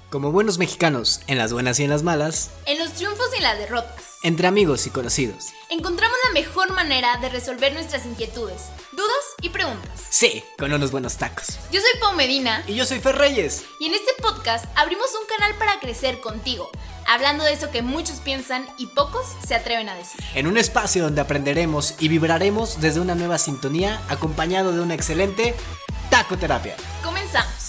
Como buenos mexicanos, en las buenas y en las malas, en los triunfos y en las derrotas, entre amigos y conocidos, encontramos la mejor manera de resolver nuestras inquietudes, dudas y preguntas. sí, con unos buenos tacos. Yo soy Pau Medina Y yo soy Fer Reyes. y en este podcast abrimos un canal para crecer contigo, hablando de eso que muchos piensan y pocos se atreven a decir. En un espacio donde aprenderemos y vibraremos desde una nueva sintonía, acompañado de una excelente tacoterapia. Comenzamos.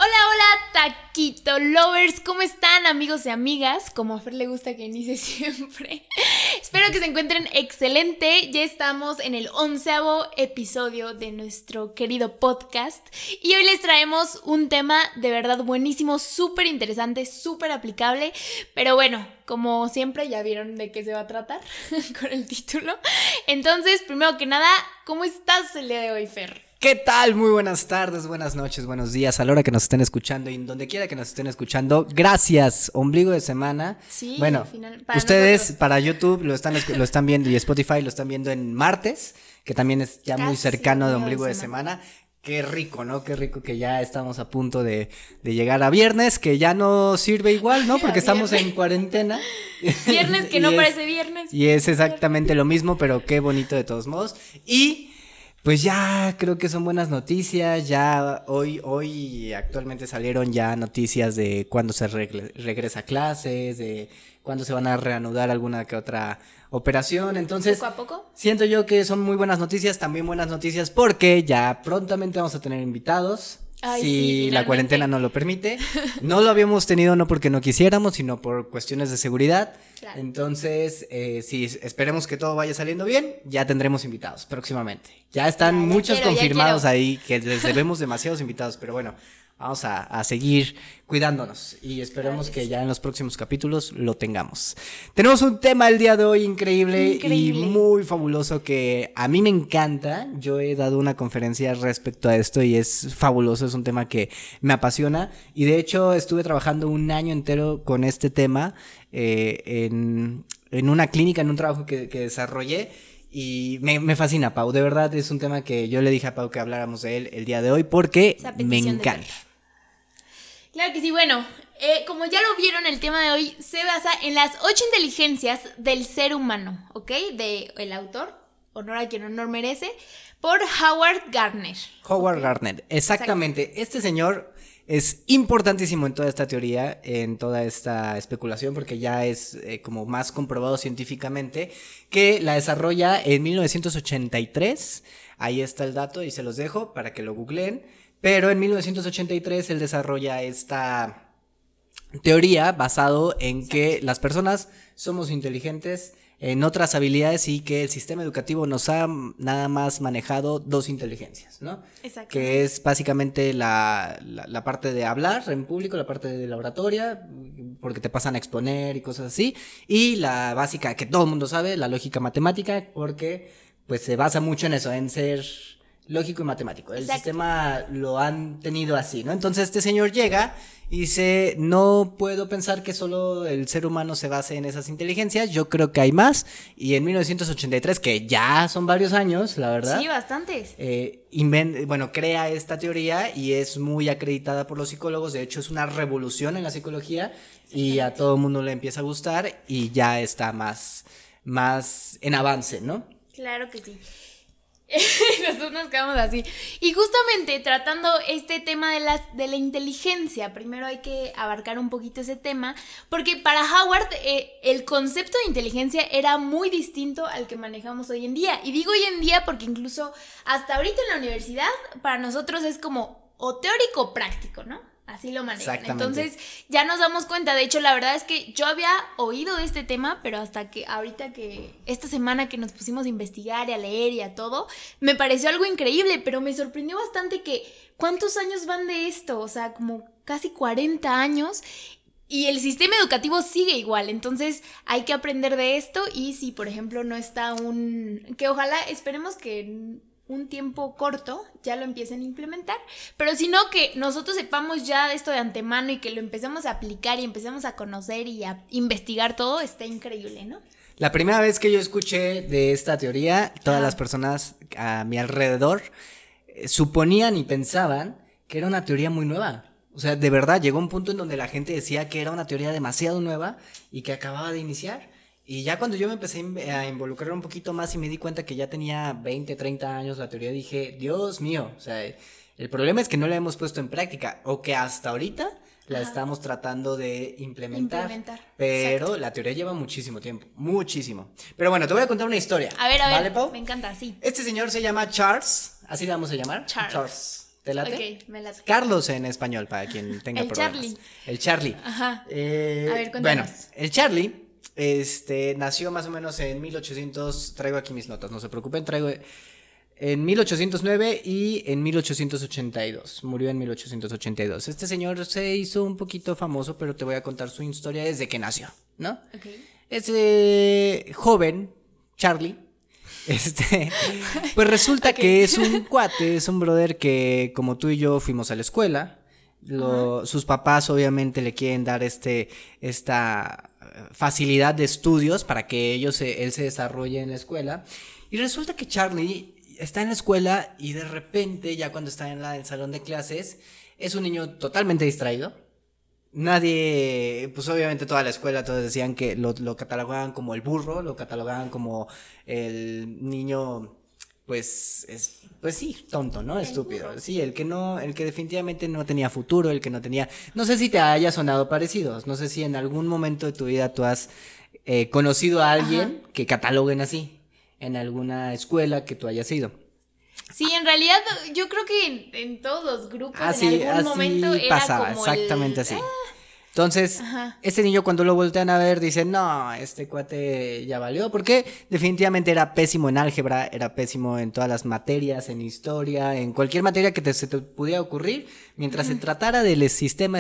Hola, taquito lovers, ¿cómo están, amigos y amigas? Como a Fer le gusta que inicie siempre. Espero que se encuentren excelente. Ya estamos en el 11º episodio de nuestro querido podcast y hoy les traemos un tema de verdad buenísimo, súper interesante, súper aplicable. Pero bueno, como siempre ya vieron de qué se va a tratar con el título. Entonces, primero que nada, ¿cómo estás el día de hoy, Fer? ¿Qué tal? Muy buenas tardes, buenas noches, buenos días a la hora que nos estén escuchando y donde quiera que nos estén escuchando. Gracias, ombligo de semana. Sí, bueno, al final, para ustedes nosotros. para YouTube lo están viendo y Spotify lo están viendo en martes, que también es ya muy Casi cercano de ombligo ombligo de de semana. Qué rico, ¿no? Qué rico que ya estamos a punto de llegar a viernes, que ya no sirve igual, ¿no? Porque estamos en cuarentena. Viernes que Y no es- parece viernes. Y es exactamente lo mismo, pero qué bonito de todos modos. Y pues ya creo que son buenas noticias. Ya hoy actualmente salieron ya noticias de cuándo se regresa a clases, de cuándo se van a reanudar alguna que otra operación. Entonces, Poco a poco. siento yo que son muy buenas noticias, también buenas noticias porque ya prontamente vamos a tener invitados. Ay, si sí, la finalmente. cuarentena no lo permite. No lo habíamos tenido no porque no quisiéramos, sino por cuestiones de seguridad. Claro. Entonces, si esperemos que todo vaya saliendo bien, ya tendremos invitados próximamente. Ya están Ya muchos quiero, ya confirmados quiero. ahí, que les debemos demasiados invitados, pero bueno, vamos a seguir cuidándonos y esperemos Claro que que sí. ya en los próximos capítulos lo tengamos. Tenemos un tema el día de hoy increíble. Increíble. Y muy fabuloso que a mí me encanta. Yo he dado una conferencia respecto a esto y es fabuloso, es un tema que me apasiona y de hecho estuve trabajando un año entero con este tema en una clínica, en un trabajo que desarrollé. Y me fascina, Pau, de verdad es un tema que yo le dije a Pau que habláramos de él el día de hoy porque Esa me petición de encanta. Fer. Claro que sí, bueno, como ya lo vieron, el tema de hoy se basa en las 8 inteligencias del ser humano, ¿ok? De el autor, honor a quien honor merece, por Howard Gardner. Howard Gardner, exactamente. Este señor es importantísimo en toda esta teoría, en toda esta especulación, porque ya es como más comprobado científicamente, que la desarrolla en 1983. Ahí está el dato y se los dejo para que lo googleen. Pero en 1983 él desarrolla esta teoría basado en que las personas somos inteligentes en otras habilidades y que el sistema educativo nos ha nada más manejado dos inteligencias, ¿no? Exactamente. Que es básicamente la parte de hablar en público, la parte de la oratoria, porque te pasan a exponer y cosas así, y la básica que todo el mundo sabe, la lógica matemática, porque pues se basa mucho en eso, en ser lógico y matemático. El Exacto. sistema lo han tenido así, ¿no? Entonces este señor llega y dice, no puedo pensar que solo el ser humano se base en esas inteligencias, yo creo que hay más. Y en 1983, que ya son varios años, la verdad, Sí, bastantes. crea esta teoría y es muy acreditada por los psicólogos. De hecho, es una revolución en la psicología y a todo el mundo le empieza a gustar y ya está más en avance, ¿no? Claro que sí. Nosotros nos quedamos así. Y justamente tratando este tema de la inteligencia, primero hay que abarcar un poquito ese tema, porque para Howard el concepto de inteligencia era muy distinto al que manejamos hoy en día. Y digo hoy en día porque incluso hasta ahorita en la universidad para nosotros es como o teórico o práctico, ¿no? Así lo manejan. Exactamente. Entonces ya nos damos cuenta. De hecho, la verdad es que yo había oído de este tema, pero hasta que ahorita que esta semana que nos pusimos a investigar y a leer y a todo, me pareció algo increíble, pero me sorprendió bastante que ¿cuántos años van de esto? O sea, como casi 40 años. Y el sistema educativo sigue igual, entonces hay que aprender de esto y si, por ejemplo, no está que ojalá, esperemos que en un tiempo corto ya lo empiecen a implementar, pero si no, que nosotros sepamos ya esto de antemano y que lo empecemos a aplicar y empecemos a conocer y a investigar todo, está increíble, ¿no? La primera vez que yo escuché de esta teoría, todas las personas a mi alrededor suponían y pensaban que era una teoría muy nueva. O sea, de verdad, llegó un punto en donde la gente decía que era una teoría demasiado nueva y que acababa de iniciar. Y ya cuando yo me empecé a involucrar un poquito más y me di cuenta que ya tenía 20, 30 años la teoría, dije, Dios mío, o sea, el problema es que no la hemos puesto en práctica o que hasta ahorita la estamos tratando de implementar. Pero exacto, la teoría lleva muchísimo tiempo, muchísimo. Pero bueno, te voy a contar una historia. A ver, ¿Vale, Pau? me encanta, sí. Este señor se llama Charles, así le vamos a llamar. Charles. ¿Te late? Ok, me late. Carlos en español, para quien tenga problemas. Charlie. El Charlie. Ajá. A ver, cuéntanos. Bueno, el Charlie nació más o menos en 1800, traigo aquí mis notas, no se preocupen, traigo en 1809 y en 1882, murió en 1882. Este señor se hizo un poquito famoso, pero te voy a contar su historia desde que nació, ¿no? Okay. Ese joven, Charlie, pues resulta que es un cuate, es un brother que como tú y yo fuimos a la escuela. Sus papás obviamente le quieren dar esta facilidad de estudios para que él se desarrolle en la escuela. Y resulta que Charlie está en la escuela y de repente, ya cuando está en el salón de clases, es un niño totalmente distraído. Nadie, pues obviamente toda la escuela, todos decían que lo catalogaban como el burro, lo catalogaban como el niño, pues sí, tonto, ¿no? Estúpido. Burro. Sí, el que definitivamente no tenía futuro, el que no tenía, no sé si te haya sonado parecidos, no sé si en algún momento de tu vida tú has conocido a alguien que cataloguen así, en alguna escuela que tú hayas ido. Sí, en realidad yo creo que en todos los grupos en algún momento era pasaba, como exactamente así. Entonces, este niño cuando lo voltean a ver dicen, no, este cuate ya valió, porque definitivamente era pésimo en álgebra, era pésimo en todas las materias, en historia, en cualquier materia que se te pudiera ocurrir, mientras se tratara del sistema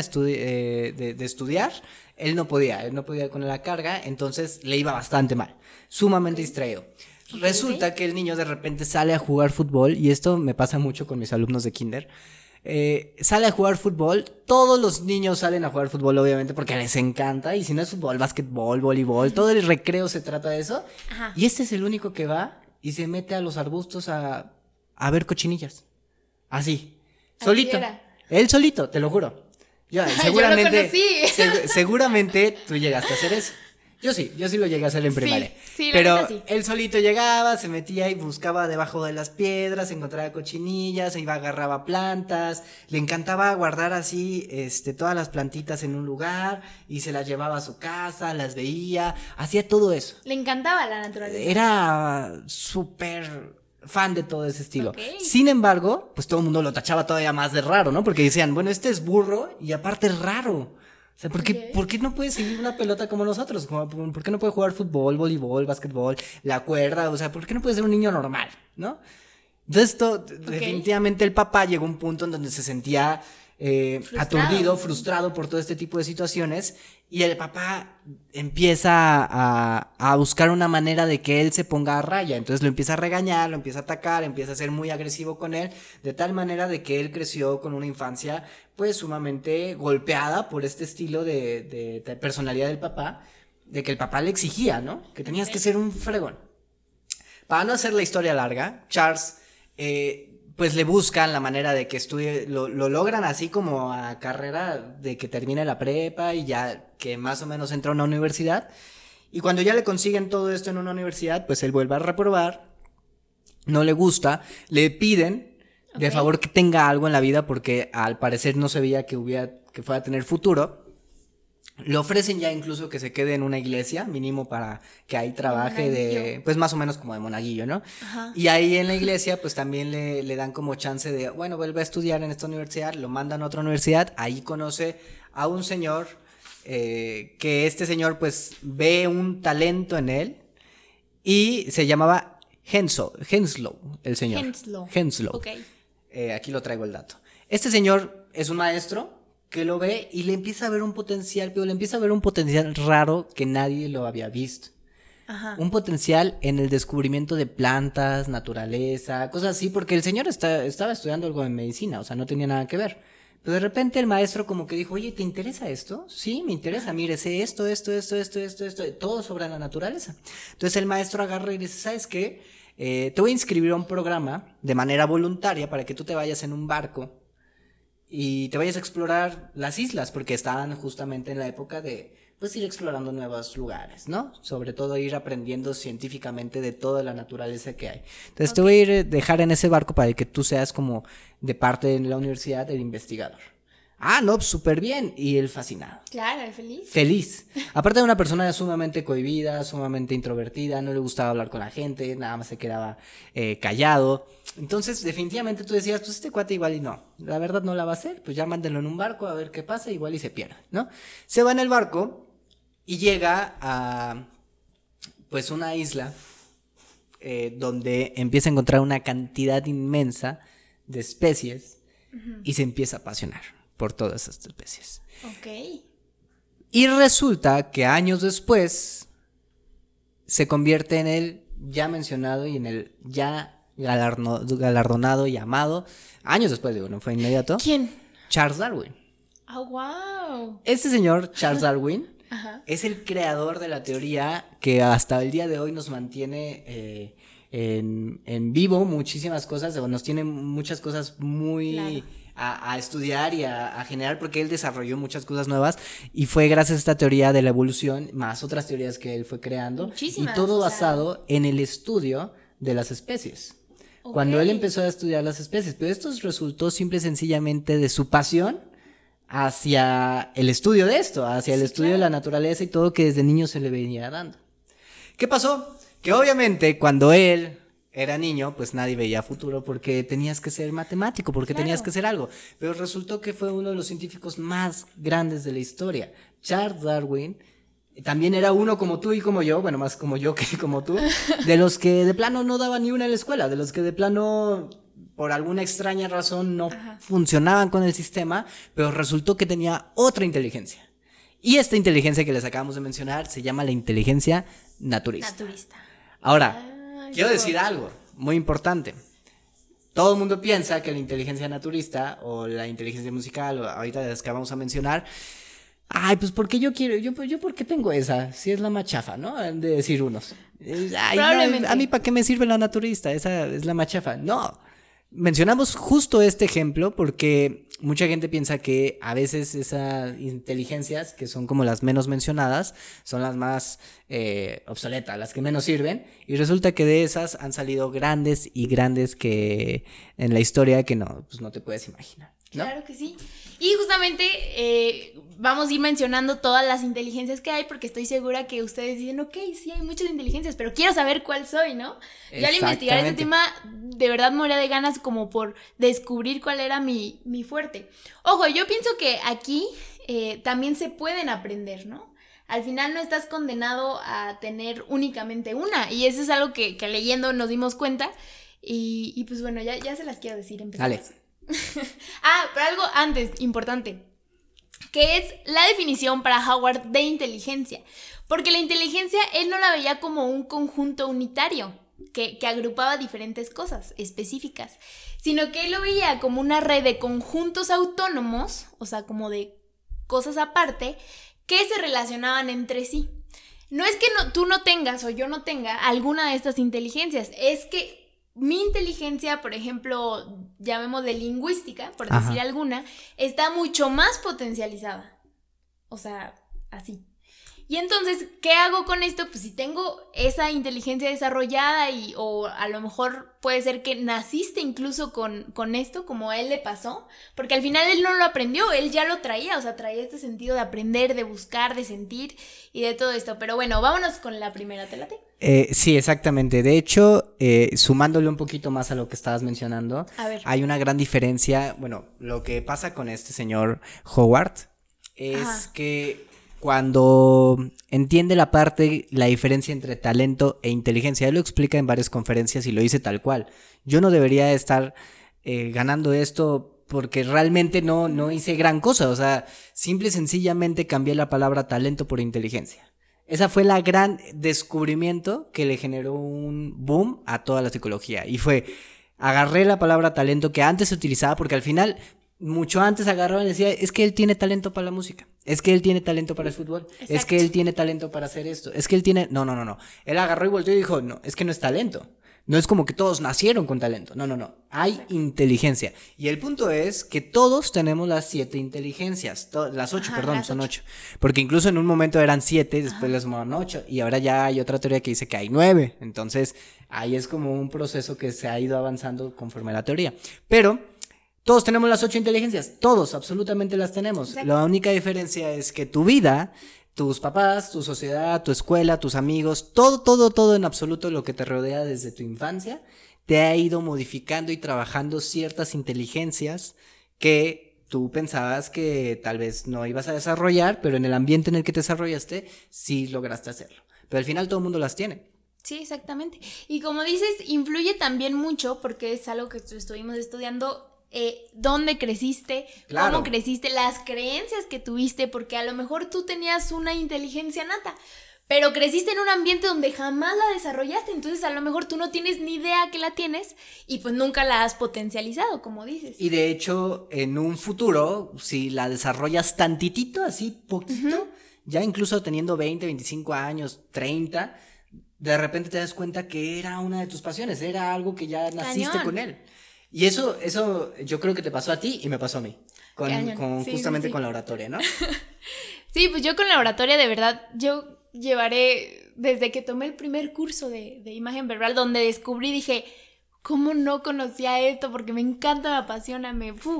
de estudiar, él no podía con la carga, entonces le iba bastante mal, sumamente distraído. Resulta que el niño de repente sale a jugar fútbol, y esto me pasa mucho con mis alumnos de kinder. Sale a jugar fútbol, todos los niños salen a jugar fútbol obviamente porque les encanta, y si no es fútbol, básquetbol, voleibol, todo el recreo se trata de eso. Y este es el único que va y se mete a los arbustos a ver cochinillas, así, solito, él solito, te lo juro. Seguramente, seguramente tú llegaste a hacer eso. Yo sí lo llegué a hacer en primaria. Sí, pero sí. Él solito llegaba, se metía y buscaba debajo de las piedras, encontraba cochinillas, iba, agarraba plantas, le encantaba guardar así, todas las plantitas en un lugar, y se las llevaba a su casa, las veía, hacía todo eso. Le encantaba la naturaleza. Era súper fan de todo ese estilo. Sin embargo, pues todo el mundo lo tachaba todavía más de raro, ¿no? Porque decían, bueno, este es burro y aparte es raro. O sea, ¿por qué no puede seguir una pelota como nosotros? ¿Por qué no puede jugar fútbol, voleibol, básquetbol, la cuerda? O sea, ¿por qué no puede ser un niño normal, no? Entonces, definitivamente el papá llegó a un punto en donde se sentía aturdido, frustrado por todo este tipo de situaciones, y el papá empieza a buscar una manera de que él se ponga a raya. Entonces lo empieza a regañar, lo empieza a atacar, empieza a ser muy agresivo con él, de tal manera de que él creció con una infancia pues sumamente golpeada por este estilo de personalidad del papá, de que el papá le exigía, ¿no? Que tenías que ser un fregón. Para no hacer la historia larga, Charles pues le buscan la manera de que estudie, lo logran así como a carrera de que termine la prepa y ya que más o menos entra a una universidad, y cuando ya le consiguen todo esto en una universidad, pues él vuelve a reprobar, no le gusta, le piden de favor que tenga algo en la vida porque al parecer no se veía que fuera a tener futuro. Le ofrecen ya incluso que se quede en una iglesia, mínimo para que ahí trabaje pues más o menos como de monaguillo, ¿no? Ajá. Y ahí en la iglesia pues también le dan como chance de, bueno, vuelve a estudiar en esta universidad, lo mandan a otra universidad, ahí conoce a un señor, que este señor pues ve un talento en él, y se llamaba Henslow, el señor. Henslow. Okay. Aquí lo traigo el dato. Este señor es un maestro que lo ve y le empieza a ver un potencial, pero le empieza a ver un potencial raro que nadie lo había visto. Ajá. Un potencial en el descubrimiento de plantas, naturaleza, cosas así, porque el señor estaba estudiando algo en medicina, o sea, no tenía nada que ver. Pero de repente el maestro como que dijo, oye, ¿te interesa esto? Sí, me interesa, mire, sé esto, todo sobre la naturaleza. Entonces el maestro agarra y dice, ¿sabes qué? Te voy a inscribir a un programa de manera voluntaria para que tú te vayas en un barco y te vayas a explorar las islas, porque estaban justamente en la época de pues ir explorando nuevos lugares, ¿no? Sobre todo ir aprendiendo científicamente de toda la naturaleza que hay. Entonces te voy a ir dejar en ese barco para que tú seas como de parte de la universidad el investigador. Ah, no, súper bien. Y él fascinado. Claro, feliz. Feliz. Aparte de una persona sumamente cohibida, sumamente introvertida, no le gustaba hablar con la gente, nada más se quedaba callado. Entonces, definitivamente tú decías, pues este cuate igual y no. La verdad no la va a hacer, pues ya mándenlo en un barco a ver qué pasa, igual y se pierde, ¿no? Se va en el barco y llega a, pues, una isla donde empieza a encontrar una cantidad inmensa de especies y se empieza a apasionar por todas estas especies. Ok. Y resulta que años después se convierte en el ya mencionado y en el ya galardonado y amado, años después, digo, no fue inmediato. ¿Quién? Charles Darwin. Oh, wow. Este señor, Charles Darwin, Ajá. es el creador de la teoría que hasta el día de hoy nos mantiene en vivo muchísimas cosas, o nos tiene muchas cosas muy... Claro. A estudiar y a generar, porque él desarrolló muchas cosas nuevas y fue gracias a esta teoría de la evolución, más otras teorías que él fue creando, muchísimas, y todo basado en el estudio de las especies. Okay. Cuando él empezó a estudiar las especies, pero esto resultó simple y sencillamente de su pasión hacia el estudio de esto, hacia el estudio de la naturaleza y todo que desde niño se le venía dando. ¿Qué pasó? Que obviamente cuando él era niño, pues nadie veía futuro porque tenías que ser matemático, porque tenías que ser algo. Pero resultó que fue uno de los científicos más grandes de la historia. Charles Darwin también era uno como tú y como yo, bueno, más como yo que como tú, de los que de plano no daban ni una en la escuela, de los que de plano, por alguna extraña razón, no funcionaban con el sistema, pero resultó que tenía otra inteligencia. Y esta inteligencia que les acabamos de mencionar se llama la inteligencia naturista. Ahora, quiero decir algo muy importante. Todo el mundo piensa que la inteligencia naturista o la inteligencia musical, o ahorita de las que vamos a mencionar, ay, pues porque yo quiero, yo porque tengo esa, si es la más chafa, ¿no? Han de decir unos. Ay, probablemente. No, a mí ¿para qué me sirve la naturista? Esa es la más chafa. No. Mencionamos justo este ejemplo porque mucha gente piensa que a veces esas inteligencias, que son como las menos mencionadas, son las más obsoletas, las que menos sirven, y resulta que de esas han salido grandes y grandes que en la historia que no, pues no te puedes imaginar, ¿no? Claro que sí. Y justamente vamos a ir mencionando todas las inteligencias que hay, porque estoy segura que ustedes dicen, ok, sí hay muchas inteligencias, pero quiero saber cuál soy, ¿no? Yo al investigar este tema, de verdad moría de ganas como por descubrir cuál era mi fuerte. Ojo, yo pienso que aquí también se pueden aprender, ¿no? Al final no estás condenado a tener únicamente una, y eso es algo que leyendo nos dimos cuenta, y pues bueno, ya se las quiero decir. Empezamos. Dale. Pero algo antes, importante, que es la definición para Howard de inteligencia, porque la inteligencia él no la veía como un conjunto unitario que agrupaba diferentes cosas específicas, sino que él lo veía como una red de conjuntos autónomos, o sea, como de cosas aparte, que se relacionaban entre sí. No es que tú no tengas o yo no tenga alguna de estas inteligencias, es que mi inteligencia, por ejemplo, llamémosle lingüística, por decir alguna, está mucho más potencializada. O sea, así. Y entonces, ¿qué hago con esto? Pues si tengo esa inteligencia desarrollada o a lo mejor puede ser que naciste incluso con esto, como a él le pasó, porque al final él no lo aprendió, él ya lo traía, o sea, traía este sentido de aprender, de buscar, de sentir y de todo esto. Pero bueno, vámonos con la primera, ¿te late? Sí, exactamente. De hecho, sumándole un poquito más a lo que estabas mencionando, hay una gran diferencia. Bueno, lo que pasa con este señor Howard es que cuando entiende la diferencia entre talento e inteligencia, él lo explica en varias conferencias y lo dice tal cual. Yo no debería estar ganando esto porque realmente no hice gran cosa. O sea, simple y sencillamente cambié la palabra talento por inteligencia. Esa fue la gran descubrimiento que le generó un boom a toda la psicología. Y agarré la palabra talento que antes se utilizaba, porque al final, mucho antes agarraban y decía, es que él tiene talento para la música, es que él tiene talento para el fútbol, exacto, es que él tiene talento para hacer esto, es que él tiene... No. Él agarró y volteó y dijo, no, es que no es talento. No es como que todos nacieron con talento. No. Hay inteligencia. Y el punto es que todos tenemos las 7 inteligencias. Las 8, perdón, las son 8. 8. Porque incluso en un momento eran 7, después les sumaron 8. Y ahora ya hay otra teoría que dice que hay 9. Entonces, ahí es como un proceso que se ha ido avanzando conforme a la teoría. Pero todos tenemos las 8 inteligencias. Todos, absolutamente las tenemos. Exacto. La única diferencia es que tu vida, tus papás, tu sociedad, tu escuela, tus amigos, todo en absoluto lo que te rodea desde tu infancia, te ha ido modificando y trabajando ciertas inteligencias que tú pensabas que tal vez no ibas a desarrollar, pero en el ambiente en el que te desarrollaste, sí lograste hacerlo. Pero al final todo el mundo las tiene. Sí, exactamente. Y como dices, influye también mucho, porque es algo que estuvimos estudiando, dónde creciste, Claro. cómo creciste, las creencias que tuviste, porque a lo mejor tú tenías una inteligencia nata, pero creciste en un ambiente donde jamás la desarrollaste, entonces a lo mejor tú no tienes ni idea que la tienes y pues nunca la has potencializado, como dices. Y de hecho, en un futuro, si la desarrollas tantitito, así poquito, ya incluso teniendo 20, 25 años, 30, de repente te das cuenta que era una de tus pasiones, era algo que ya naciste Cañón. con él. Y eso yo creo que te pasó a ti y me pasó a mí, Cañón. Sí, justamente sí. con la oratoria, ¿no? Sí, pues yo con la oratoria de verdad, yo llevaré, desde que tomé el primer curso de imagen verbal, donde descubrí, dije, ¿cómo no conocía esto? Porque me encanta, me apasiona,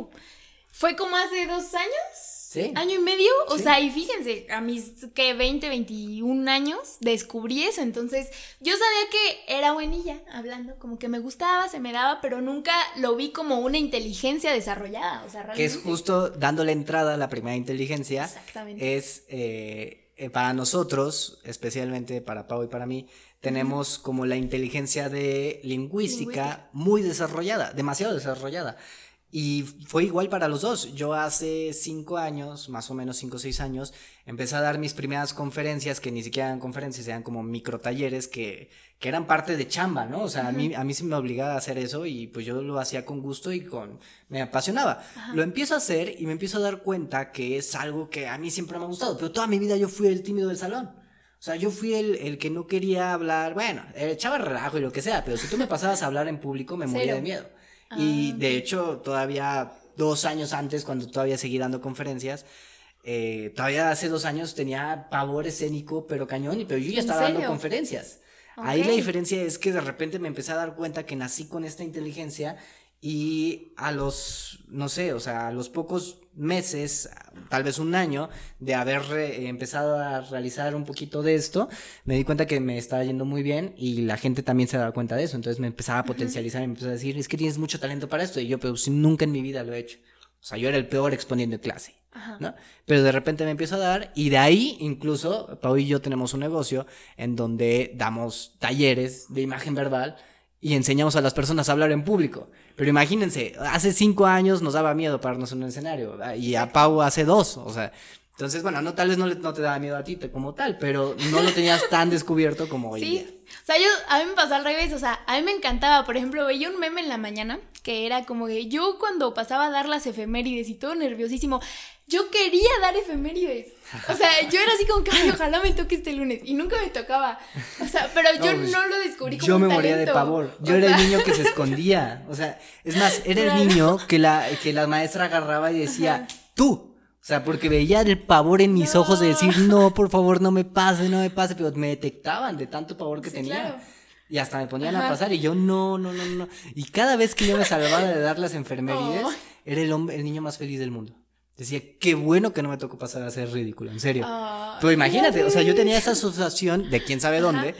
fue como hace 2 años, Sí. año y medio, o Sí. sea, y fíjense, a mis, 20, 21 años, descubrí eso, entonces, yo sabía que era buenilla hablando, como que me gustaba, se me daba, pero nunca lo vi como una inteligencia desarrollada, o sea, realmente. Que es justo dándole entrada a la primera inteligencia. Exactamente. Es para nosotros, especialmente para Pau y para mí, tenemos como la inteligencia de lingüística muy desarrollada, demasiado desarrollada. Y fue igual para los dos. Yo hace 5 años, más o menos 5 o 6 años, empecé a dar mis primeras conferencias, que ni siquiera eran conferencias, eran como microtalleres que eran parte de chamba, ¿no? O sea, a mí sí me obligaba a hacer eso y pues yo lo hacía con gusto y me apasionaba. Lo empiezo a hacer y me empiezo a dar cuenta que es algo que a mí siempre me ha gustado, pero toda mi vida yo fui el tímido del salón. O sea, yo fui el que no quería hablar, bueno, echaba relajo y lo que sea, pero si tú me pasabas a hablar en público me moría de miedo. Y de hecho, todavía 2 años antes, cuando todavía seguí dando conferencias, todavía hace 2 años tenía pavor escénico, pero cañón, pero yo ya ¿En estaba dando serio? conferencias. Ok. Ahí la diferencia es que de repente me empecé a dar cuenta que nací con esta inteligencia y a los, no sé, o sea, a los pocos meses, tal vez un año, de haber empezado a realizar un poquito de esto, me di cuenta que me estaba yendo muy bien y la gente también se daba cuenta de eso, entonces me empezaba a potencializar, me empezó a decir, es que tienes mucho talento para esto, y yo, pero si nunca en mi vida lo he hecho. O sea, yo era el peor exponiendo en clase, ¿no? Pero de repente me empiezo a dar, y de ahí incluso Pau y yo tenemos un negocio en donde damos talleres de imagen verbal y enseñamos a las personas a hablar en público. Pero imagínense, hace 5 años nos daba miedo pararnos en un escenario, y a Pau hace 2, o sea, entonces, bueno, tal vez no te daba miedo a ti como tal, pero no lo tenías tan descubierto como hoy día. Sí, o sea, a mí me pasó al revés, o sea, a mí me encantaba, por ejemplo, veía un meme en la mañana que era como que yo cuando pasaba a dar las efemérides y todo nerviosísimo, yo quería dar efemérides, o sea, yo era así como que, ay, ojalá me toque este lunes, y nunca me tocaba, o sea, pero yo pues, no lo descubrí como yo un me moría de talento. pavor, yo O era sea, el niño que se escondía, o sea, es más, era el niño que la maestra agarraba y decía, tú. O sea, porque veía el pavor en mis ojos de decir, no, por favor, no me pase, pero me detectaban de tanto pavor que Sí, tenía. claro. Y hasta me ponían a pasar y yo, no. Y cada vez que yo me salvaba de dar las enfermerides, era el niño más feliz del mundo. Decía, qué bueno que no me tocó pasar a ser ridículo, en serio. Pero imagínate, o sea, yo tenía esa asociación de quién sabe dónde,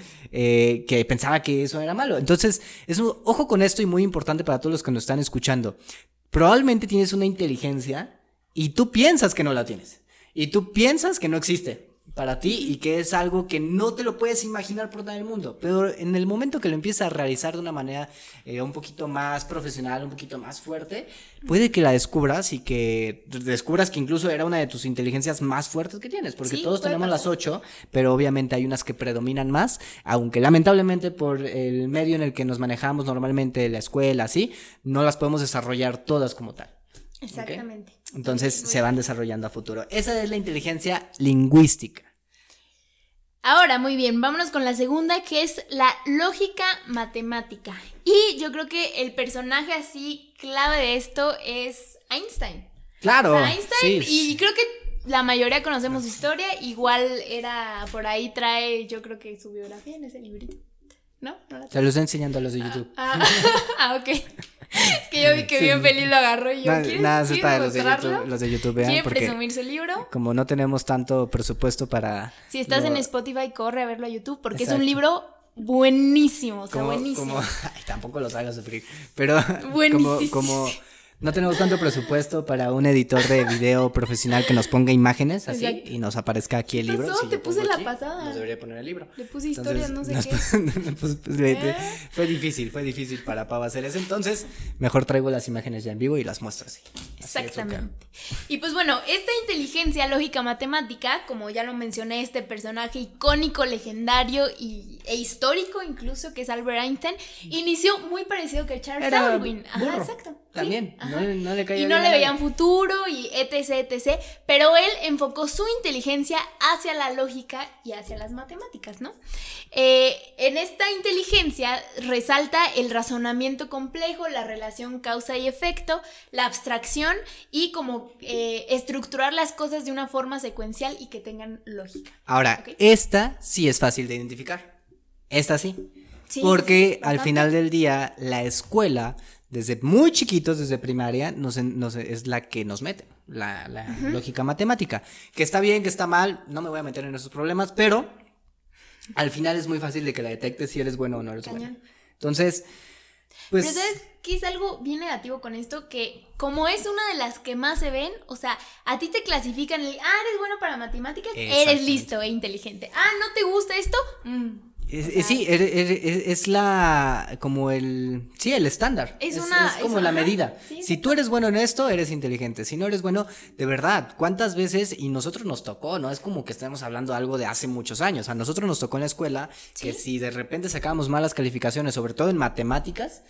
que pensaba que eso era malo. Entonces, ojo con esto y muy importante para todos los que nos están escuchando. Probablemente tienes una inteligencia y tú piensas que no la tienes. Y tú piensas que no existe para ti y que es algo que no te lo puedes imaginar por todo el mundo. Pero en el momento que lo empiezas a realizar de una manera un poquito más profesional, un poquito más fuerte, puede que la descubras y que descubras que incluso era una de tus inteligencias más fuertes que tienes. Porque Sí, todos puede tenemos las pasar. 8, pero obviamente hay unas que predominan más, aunque lamentablemente por el medio en el que nos manejamos normalmente, la escuela, así, no las podemos desarrollar todas como tal. Exactamente. ¿Okay? Entonces se van desarrollando a futuro. Esa es la inteligencia lingüística. Ahora, muy bien, vámonos con la segunda, que es la lógica matemática. Y yo creo que el personaje así clave de esto es Einstein. Claro. O sea, Einstein, sí. y creo que la mayoría conocemos su historia, igual era, por ahí trae, yo creo que su biografía en ese librito. ¿No? ¿No la Te lo estoy enseñando a los de YouTube. Ok. Es que yo vi que bien feliz lo agarró y yo, Nada, eso es para mostrarlo? los de YouTube, vean, ¿Quiere porque presumir su libro? como no tenemos tanto presupuesto para... Si estás en Spotify, corre a verlo a YouTube, porque Exacto. es un libro buenísimo, o sea, buenísimo. Ay, tampoco los hagas sufrir, pero Buenísimo. como no tenemos tanto presupuesto para un editor de video profesional que nos ponga imágenes así. Exacto. Y nos aparezca aquí el ¿Qué libro. pasó? Si Te yo puse pongo la aquí, pasada. nos debería poner el libro. Le puse historias, no sé qué. Fue difícil para Pau hacer eso. Entonces, mejor traigo las imágenes ya en vivo y las muestro así. Exactamente. Y pues bueno, esta inteligencia lógica matemática, como ya lo mencioné, este personaje icónico, legendario e histórico incluso, que es Albert Einstein, inició muy parecido que Charles Darwin. Burro, exacto. También, Sí, no le caía y no bien le a veían nadie. futuro y etc, pero él enfocó su inteligencia hacia la lógica y hacia las matemáticas, ¿no? En esta inteligencia resalta el razonamiento complejo, la relación causa y efecto, la abstracción y como estructurar las cosas de una forma secuencial y que tengan lógica. Ahora, ¿Ok? esta sí es fácil de identificar. Esta sí. Sí, Porque sí, al bastante. final del día, la escuela, desde muy chiquitos, desde primaria, es la que nos mete, la lógica matemática. Que está bien, que está mal, no me voy a meter en esos problemas, pero al final es muy fácil de que la detectes si eres bueno o no eres Cañón. bueno. Entonces, pues... Pero ¿sabes qué es algo bien negativo con esto? Que como es una de las que más se ven, o sea, a ti te clasifican eres bueno para matemáticas, eres Exactamente. listo e inteligente. ¿No te gusta esto? Sí, es la, como el estándar. Es como es- la ajá, medida. sí, Si tú eres bueno en esto, eres inteligente. Si no eres bueno, de verdad, ¿cuántas veces? Y nosotros nos tocó, no es como que estemos hablando de algo de hace muchos años. A nosotros nos tocó en la escuela que si de repente sacábamos malas calificaciones, sobre todo en matemáticas,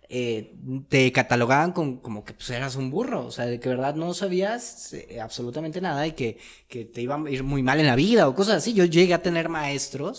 te catalogaban como que pues eras un burro, o sea, de que verdad no sabías absolutamente nada y que te iba a ir muy mal en la vida o cosas así. Yo llegué a tener maestros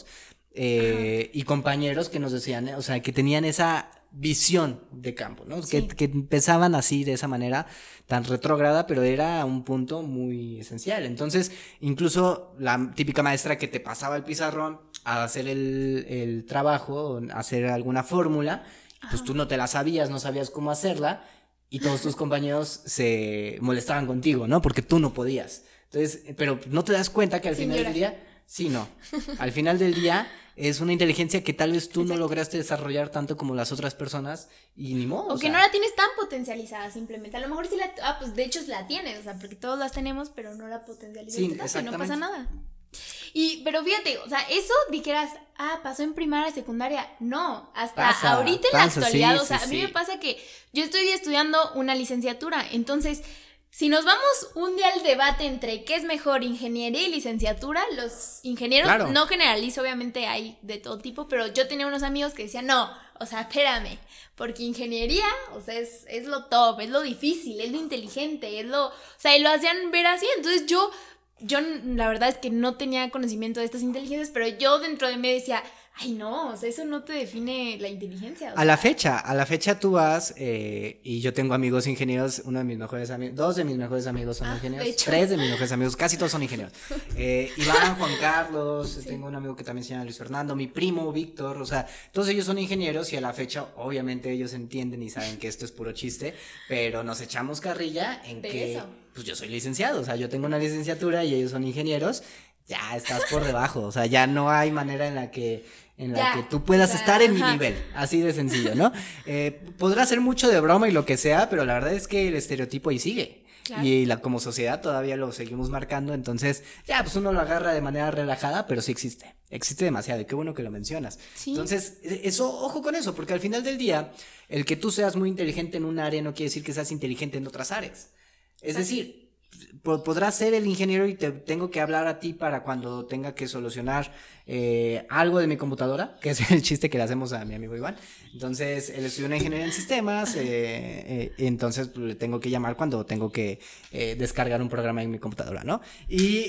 y compañeros que nos decían, o sea, que tenían esa visión de campo, ¿no? Sí. Que empezaban así, de esa manera tan retrógrada, pero era un punto muy esencial. Entonces, incluso la típica maestra que te pasaba el pizarrón a hacer el trabajo, a hacer alguna fórmula, pues tú no te la sabías, no sabías cómo hacerla, y todos tus compañeros se molestaban contigo, ¿no? Porque tú no podías. Entonces, pero no te das cuenta que al final del día, sí, no. Al final del día es una inteligencia que tal vez tú no lograste desarrollar tanto como las otras personas y ni modo. O que no la tienes tan potencializada simplemente. A lo mejor sí pues de hecho la tienes, o sea, porque todos las tenemos, pero no la potencializas. Sí, tanto y no exactamente. pasa nada. Pero fíjate, o sea, eso dijeras, pasó en primaria, secundaria. No, hasta ahorita en la actualidad, sí, o sea, sí, a mí sí. me pasa que yo estoy estudiando una licenciatura, entonces, si nos vamos un día al debate entre qué es mejor, ingeniería y licenciatura, los ingenieros, Claro. no generalizo, obviamente hay de todo tipo, pero yo tenía unos amigos que decían, no, o sea, espérame, porque ingeniería, o sea, es lo top, es lo difícil, es lo inteligente, o sea, y lo hacían ver así, entonces yo la verdad es que no tenía conocimiento de estas inteligencias, pero yo dentro de mí decía, ay no, o sea, eso no te define la inteligencia. A la fecha tú vas, y yo tengo amigos ingenieros, uno de mis mejores amigos, 2 de mis mejores amigos son ingenieros, de hecho. 3 de mis mejores amigos, casi todos son ingenieros. Iván, Juan Carlos, tengo un amigo que también se llama Luis Fernando, mi primo Víctor, o sea, todos ellos son ingenieros y a la fecha obviamente ellos entienden y saben que esto es puro chiste, pero nos echamos carrilla en De que, eso. pues yo soy licenciado, o sea, yo tengo una licenciatura y ellos son ingenieros, ya estás por debajo, o sea, ya no hay manera en la que tú puedas estar en mi nivel, así de sencillo, ¿no? Podrá ser mucho de broma y lo que sea, pero la verdad es que el estereotipo ahí sigue. Claro. Y como sociedad todavía lo seguimos marcando, entonces ya pues uno lo agarra de manera relajada, pero sí existe demasiado y qué bueno que lo mencionas. Sí. Entonces, eso, ojo con eso, porque al final del día, el que tú seas muy inteligente en un área no quiere decir que seas inteligente en otras áreas. Es decir, podrás ser el ingeniero y te tengo que hablar a ti para cuando tenga que solucionar algo de mi computadora, que es el chiste que le hacemos a mi amigo Iván. Entonces, él estudió una ingeniería en sistemas, entonces pues, le tengo que llamar cuando tengo que descargar un programa en mi computadora, ¿no? Y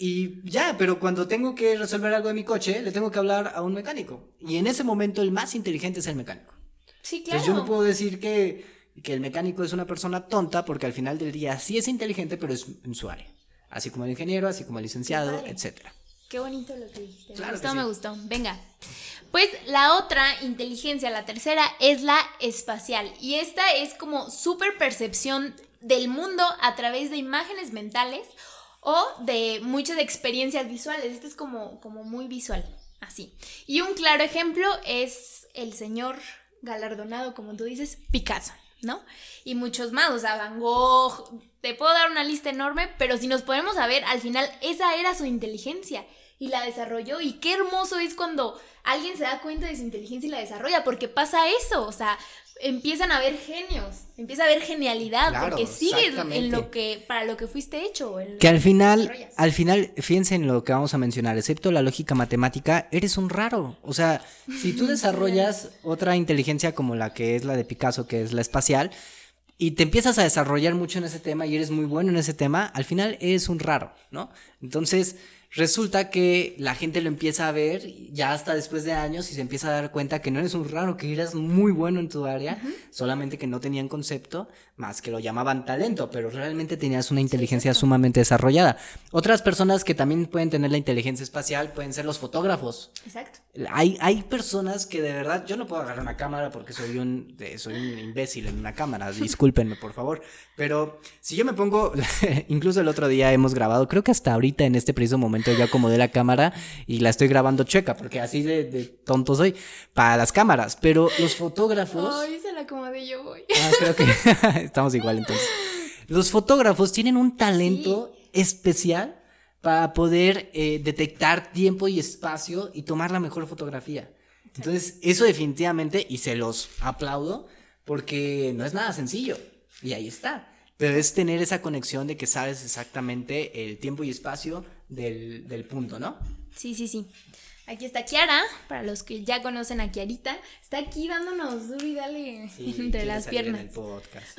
Y ya, pero cuando tengo que resolver algo de mi coche, le tengo que hablar a un mecánico. Y en ese momento el más inteligente es el mecánico. Sí, claro. Entonces yo no puedo decir que el mecánico es una persona tonta, porque al final del día sí es inteligente, pero es en su área. Así como el ingeniero, así como el licenciado, etcétera. Qué bonito lo que dijiste. Claro Me gustó. Venga. Pues la otra inteligencia, la tercera, es la espacial. Y esta es como súper percepción del mundo a través de imágenes mentales o de muchas experiencias visuales. Esta es como muy visual, así. Y un claro ejemplo es el señor galardonado, como tú dices, Picasso, ¿no? Y muchos más, o sea, Van Gogh, te puedo dar una lista enorme, pero si nos ponemos a ver, al final esa era su inteligencia y la desarrolló, y qué hermoso es cuando alguien se da cuenta de su inteligencia y la desarrolla, porque pasa eso, o sea, empiezan a haber genios, empieza a haber genialidad, claro, porque sigues en lo que, para lo que fuiste hecho. Que al final, fíjense en lo que vamos a mencionar, excepto la lógica matemática, eres un raro. O sea, si tú desarrollas otra inteligencia como la que es la de Picasso, que es la espacial, y te empiezas a desarrollar mucho en ese tema y eres muy bueno en ese tema, al final eres un raro, ¿no? Entonces resulta que la gente lo empieza a ver ya hasta después de años y se empieza a dar cuenta que no eres un raro, que eras muy bueno en tu área, solamente que no tenían concepto, más que lo llamaban talento, pero realmente tenías una inteligencia sumamente desarrollada. Otras personas que también pueden tener la inteligencia espacial pueden ser los fotógrafos. Exacto. Hay personas que de verdad, yo no puedo agarrar una cámara porque soy un imbécil en una cámara, discúlpenme por favor, pero si yo me pongo, incluso el otro día hemos grabado, creo que hasta ahorita en este preciso momento yo acomodé la cámara y la estoy grabando chueca, porque así de tonto soy para las cámaras, pero los fotógrafos... Ay, se la acomodé yo hoy. Creo que estamos igual entonces. Los fotógrafos tienen un talento especial para poder detectar tiempo y espacio y tomar la mejor fotografía. Entonces, eso definitivamente, y se los aplaudo, porque no es nada sencillo, y ahí está. Pero es tener esa conexión de que sabes exactamente el tiempo y espacio del punto, ¿no? Sí. Aquí está Kiara, para los que ya conocen a Kiarita, está aquí dándonos duro y dale entre las piernas. En el podcast.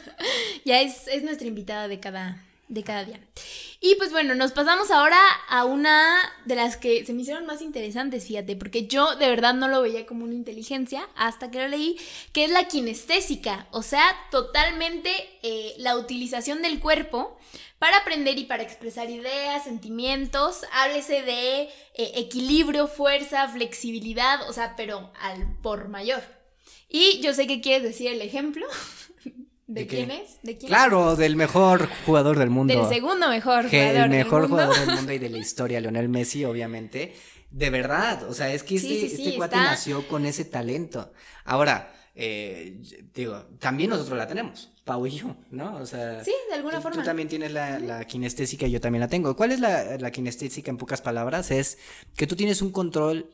Ya es nuestra invitada de cada día. Y pues bueno, nos pasamos ahora a una de las que se me hicieron más interesantes, fíjate, porque yo de verdad no lo veía como una inteligencia hasta que lo leí, que es la kinestésica, o sea, totalmente la utilización del cuerpo para aprender y para expresar ideas, sentimientos, háblese de equilibrio, fuerza, flexibilidad, o sea, pero al por mayor. Y yo sé que quieres decir el ejemplo. ¿De quién es? Claro, del mejor jugador del mundo. Del segundo mejor jugador del mundo. El mejor jugador del mundo y de la historia, Lionel Messi, obviamente. De verdad, o sea, es que este cuate nació con ese talento. Ahora, también nosotros la tenemos, Pau y yo, ¿no? O sea, sí, de alguna forma. Tú también tienes la kinestésica y yo también la tengo. ¿Cuál es la kinestésica en pocas palabras? Es que tú tienes un control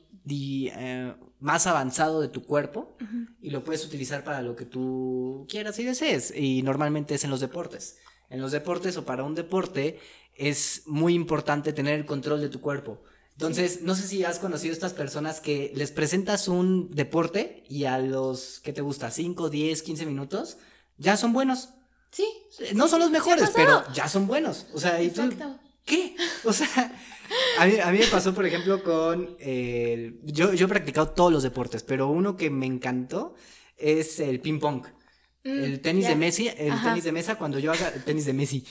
más avanzado de tu cuerpo y lo puedes utilizar para lo que tú quieras y desees. Y normalmente es en los deportes. En los deportes o para un deporte es muy importante tener el control de tu cuerpo. Entonces, no sé si has conocido a estas personas que les presentas un deporte y a los, ¿qué te gusta? 5, 10, 15 minutos, ya son buenos. Sí. No son los mejores, pero ya son buenos. O sea, exacto. ¿Y tú qué? O sea, a mí me pasó, por ejemplo, con... yo he practicado todos los deportes, pero uno que me encantó es el ping pong. El tenis de Messi, tenis de mesa, cuando yo el tenis de Messi,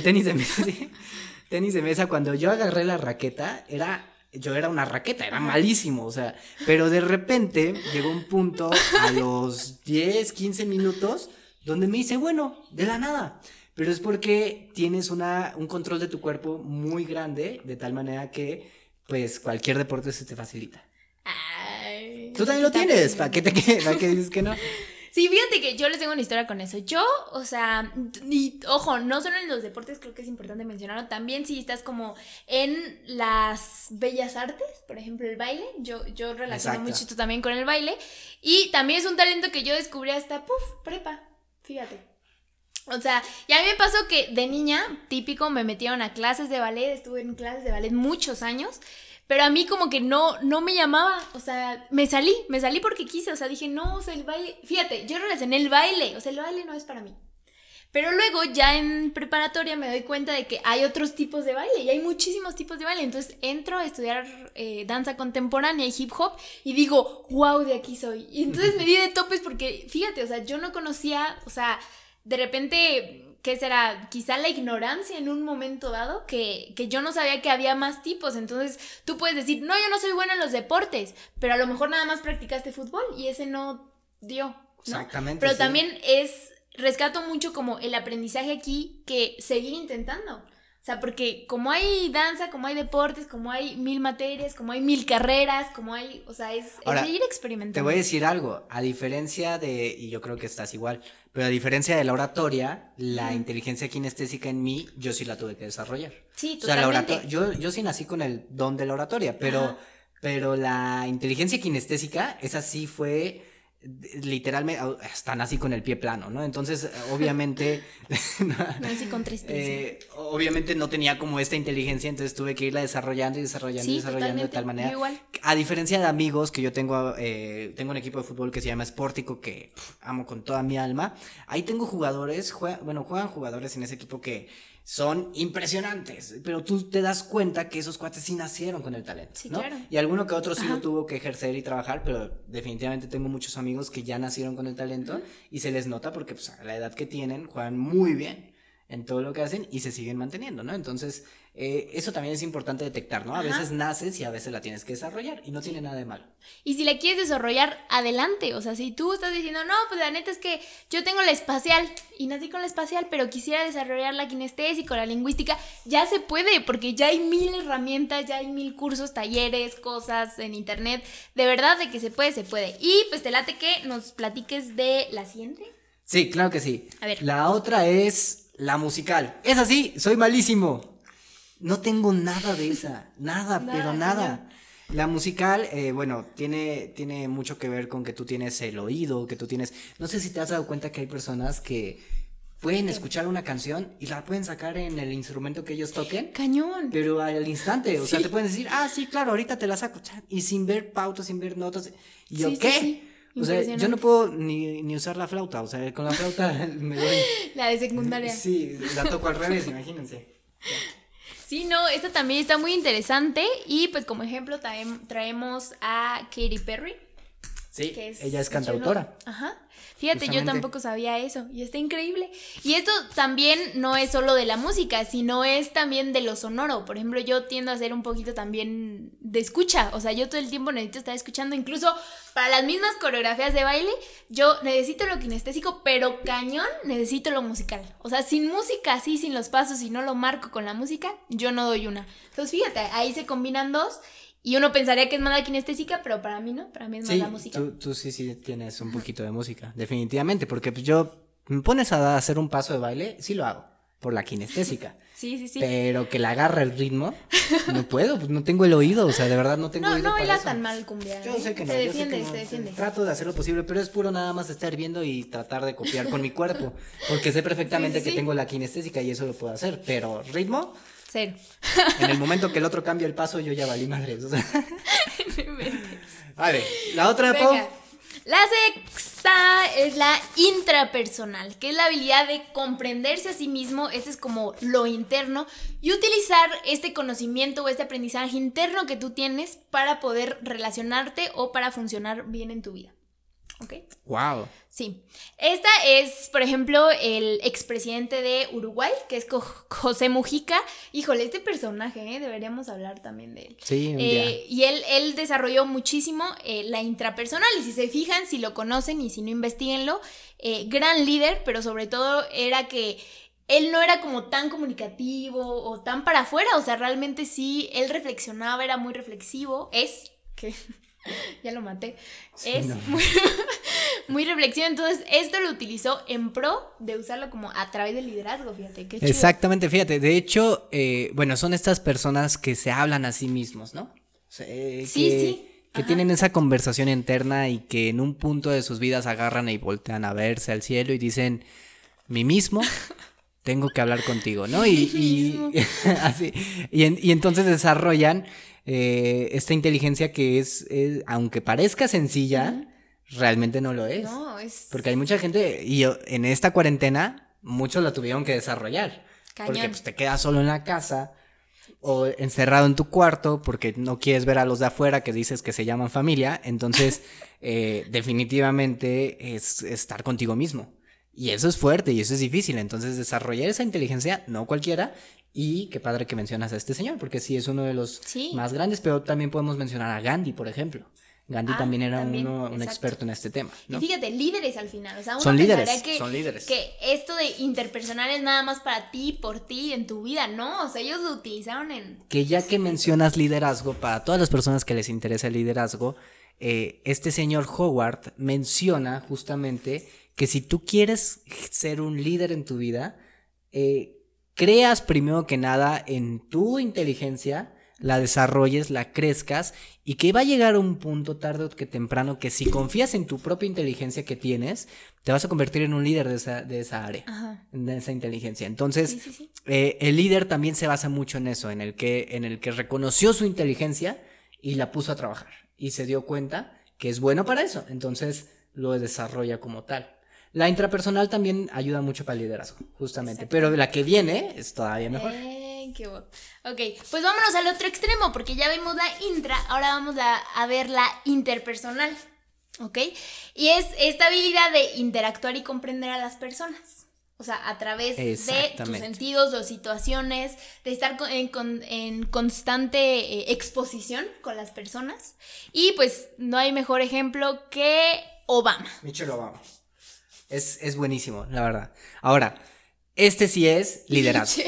tenis de mesa, cuando yo agarré la raqueta, yo era una raqueta, era malísimo, o sea, pero de repente llegó un punto a los 10, 15 minutos donde me hice bueno, de la nada, pero es porque tienes un control de tu cuerpo muy grande, de tal manera que, pues, cualquier deporte se te facilita. Ay, tú también lo tienes, ¿para qué dices que no? Sí, fíjate que yo les tengo una historia con eso. Yo, o sea, y ojo, no solo en los deportes, creo que es importante mencionarlo, también si estás como en las bellas artes, por ejemplo, el baile, yo relaciono mucho esto también con el baile, y también es un talento que yo descubrí hasta, prepa, fíjate. O sea, y a mí me pasó que de niña, típico, me metieron a clases de ballet, estuve en clases de ballet muchos años, pero a mí como que no me llamaba, o sea, me salí porque quise, o sea, dije, no, o sea, el baile, fíjate, yo relacioné el baile, o sea, el baile no es para mí. Pero luego ya en preparatoria me doy cuenta de que hay otros tipos de baile y hay muchísimos tipos de baile. Entonces entro a estudiar danza contemporánea y hip hop y digo, wow, de aquí soy. Y entonces me di de topes porque, fíjate, o sea, yo no conocía, o sea, de repente... ¿Qué será? Quizá la ignorancia en un momento dado, que yo no sabía que había más tipos. Entonces tú puedes decir, no, yo no soy buena en los deportes, pero a lo mejor nada más practicaste fútbol y ese no dio, ¿no? Exactamente. Pero sí. También rescato mucho como el aprendizaje aquí, que seguir intentando. O sea, porque como hay danza, como hay deportes, como hay 1000 materias, como hay 1000 carreras, como hay, o sea, es seguir experimentando. Te voy a decir algo, a diferencia y yo creo que estás igual, pero a diferencia de la oratoria, la inteligencia kinestésica en mí, yo sí la tuve que desarrollar. Sí, o sea, totalmente. yo sí nací con el don de la oratoria, pero la inteligencia kinestésica, esa sí fue literalmente, hasta nací con el pie plano, ¿no? Entonces, obviamente... nací con 3 pies. Obviamente no tenía como esta inteligencia, entonces tuve que irla desarrollando y desarrollando y desarrollando de tal manera. Yo igual. A diferencia de amigos que yo tengo un equipo de fútbol que se llama Sportico, que amo con toda mi alma. Ahí tengo jugadores, juegan jugadores en ese equipo que son impresionantes, pero tú te das cuenta que esos cuates sí nacieron con el talento, sí, ¿no? Claro. Y alguno que otro sí lo tuvo que ejercer y trabajar, pero definitivamente tengo muchos amigos que ya nacieron con el talento y se les nota porque pues, a la edad que tienen juegan muy bien en todo lo que hacen y se siguen manteniendo, ¿no? Entonces, eso también es importante detectar, ¿no? A veces naces y a veces la tienes que desarrollar y no tiene nada de malo. Y si la quieres desarrollar, adelante. O sea, si tú estás diciendo, no, pues la neta es que yo tengo la espacial y nací con la espacial, pero quisiera desarrollar la kinestésica o la lingüística, ya se puede, porque ya hay 1000 herramientas, ya hay 1000 cursos, talleres, cosas en internet. De verdad, de que se puede, se puede. Y pues te late que nos platiques de la siguiente. Sí, claro que sí. A ver. La otra es la musical. Es así, soy malísimo. No tengo nada de esa, nada, pero nada. La musical, bueno, tiene mucho que ver con que tú tienes el oído, que tú tienes... No sé si te has dado cuenta que hay personas que pueden escuchar una canción y la pueden sacar en el instrumento que ellos toquen. ¡Cañón! Pero al instante, o sea, te pueden decir, sí, claro, ahorita te la saco. Y sin ver pautas, sin ver notas. ¿Y yo qué? Sí. O sea, yo no puedo ni usar la flauta, o sea, con la flauta me doy... La de secundaria. Sí, la toco al revés, imagínense. Sí, no, esta también está muy interesante y pues como ejemplo traemos a Katy Perry. Sí, ella es cantautora. Ajá. Fíjate, yo tampoco sabía eso y está increíble. Y esto también no es solo de la música, sino es también de lo sonoro. Por ejemplo, yo tiendo a ser un poquito también de escucha. O sea, yo todo el tiempo necesito estar escuchando. Incluso para las mismas coreografías de baile, yo necesito lo kinestésico, pero cañón necesito lo musical. O sea, sin música, así, sin los pasos, si no lo marco con la música, yo no doy una. Entonces, fíjate, ahí se combinan dos. Y uno pensaría que es más la kinestésica, pero para mí no, para mí es más la música. Tú sí tienes un poquito de música, definitivamente, porque pues yo, me pones a hacer un paso de baile, sí lo hago, por la kinestésica. Sí. Pero que la agarre el ritmo, no puedo, pues no tengo el oído, o sea, de verdad no tengo oído No para bailas eso. tan mal, cumbia. Yo sé que no, te yo sé que defiendes, no, te defiendes. trato de hacer lo posible, pero es puro nada más estar viendo y tratar de copiar con mi cuerpo, porque sé perfectamente que tengo la kinestésica y eso lo puedo hacer, pero ritmo... Cero. En el momento que el otro cambia el paso, yo ya valí madres. O sea. Vale, la otra, Pau. La sexta es la intrapersonal, que es la habilidad de comprenderse a sí mismo, este es como lo interno, y utilizar este conocimiento o este aprendizaje interno que tú tienes para poder relacionarte o para funcionar bien en tu vida. ¿Ok? Wow. Sí. Esta es, por ejemplo, el expresidente de Uruguay, que es José Mujica. Híjole, este personaje, deberíamos hablar también de él. Sí, un día. Y él desarrolló muchísimo la intrapersonal, y si se fijan, si lo conocen y si no, investiguenlo, gran líder, pero sobre todo era que él no era como tan comunicativo o tan para afuera, o sea, realmente sí, él reflexionaba, era muy reflexivo, ya lo maté. Sí, es no. muy reflexivo. Entonces, esto lo utilizó en pro de usarlo como a través del liderazgo. Fíjate, qué chido. Exactamente, fíjate. De hecho, bueno, son estas personas que se hablan a sí mismos, ¿no? O sea, sí. Que tienen esa conversación interna y que en un punto de sus vidas agarran y voltean a verse al cielo y dicen, mí mismo, tengo que hablar contigo, ¿no? Y así. Y entonces desarrollan esta inteligencia que es, aunque parezca sencilla, realmente no lo es. No, es... Porque hay mucha gente, y yo, en esta cuarentena, muchos la tuvieron que desarrollar. Cañón. Porque pues te quedas solo en la casa o encerrado en tu cuarto porque no quieres ver a los de afuera que dices que se llaman familia. Entonces, definitivamente es estar contigo mismo. Y eso es fuerte y eso es difícil. Entonces, desarrollar esa inteligencia, no cualquiera. Y qué padre que mencionas a este señor, porque sí es uno de los más grandes, pero también podemos mencionar a Gandhi, por ejemplo. Gandhi también era un experto en este tema, ¿no? Y fíjate, líderes al final, o sea, uno son líderes, que esto de interpersonal es nada más para ti, por ti, en tu vida, ¿no? O sea, ellos lo utilizaron en... Que ya que mencionas liderazgo, para todas las personas que les interesa el liderazgo, este señor Howard menciona justamente que si tú quieres ser un líder en tu vida, creas primero que nada en tu inteligencia, la desarrolles, la crezcas y que va a llegar a un punto tarde o que temprano que si confías en tu propia inteligencia que tienes, te vas a convertir en un líder de esa área, de esa inteligencia. Entonces, el líder también se basa mucho en eso, en el que reconoció su inteligencia y la puso a trabajar y se dio cuenta que es bueno para eso, entonces lo desarrolla como tal. La intrapersonal también ayuda mucho para el liderazgo, justamente, pero la que viene es todavía mejor. Qué bueno. Ok, pues vámonos al otro extremo, porque ya vimos la intra, ahora vamos a ver la interpersonal, ¿ok? Y es esta habilidad de interactuar y comprender a las personas, o sea, a través de tus sentidos o situaciones, de estar en constante exposición con las personas, y pues no hay mejor ejemplo que Obama. Michelle Obama. Es buenísimo, la verdad. Ahora, este sí es liderazgo.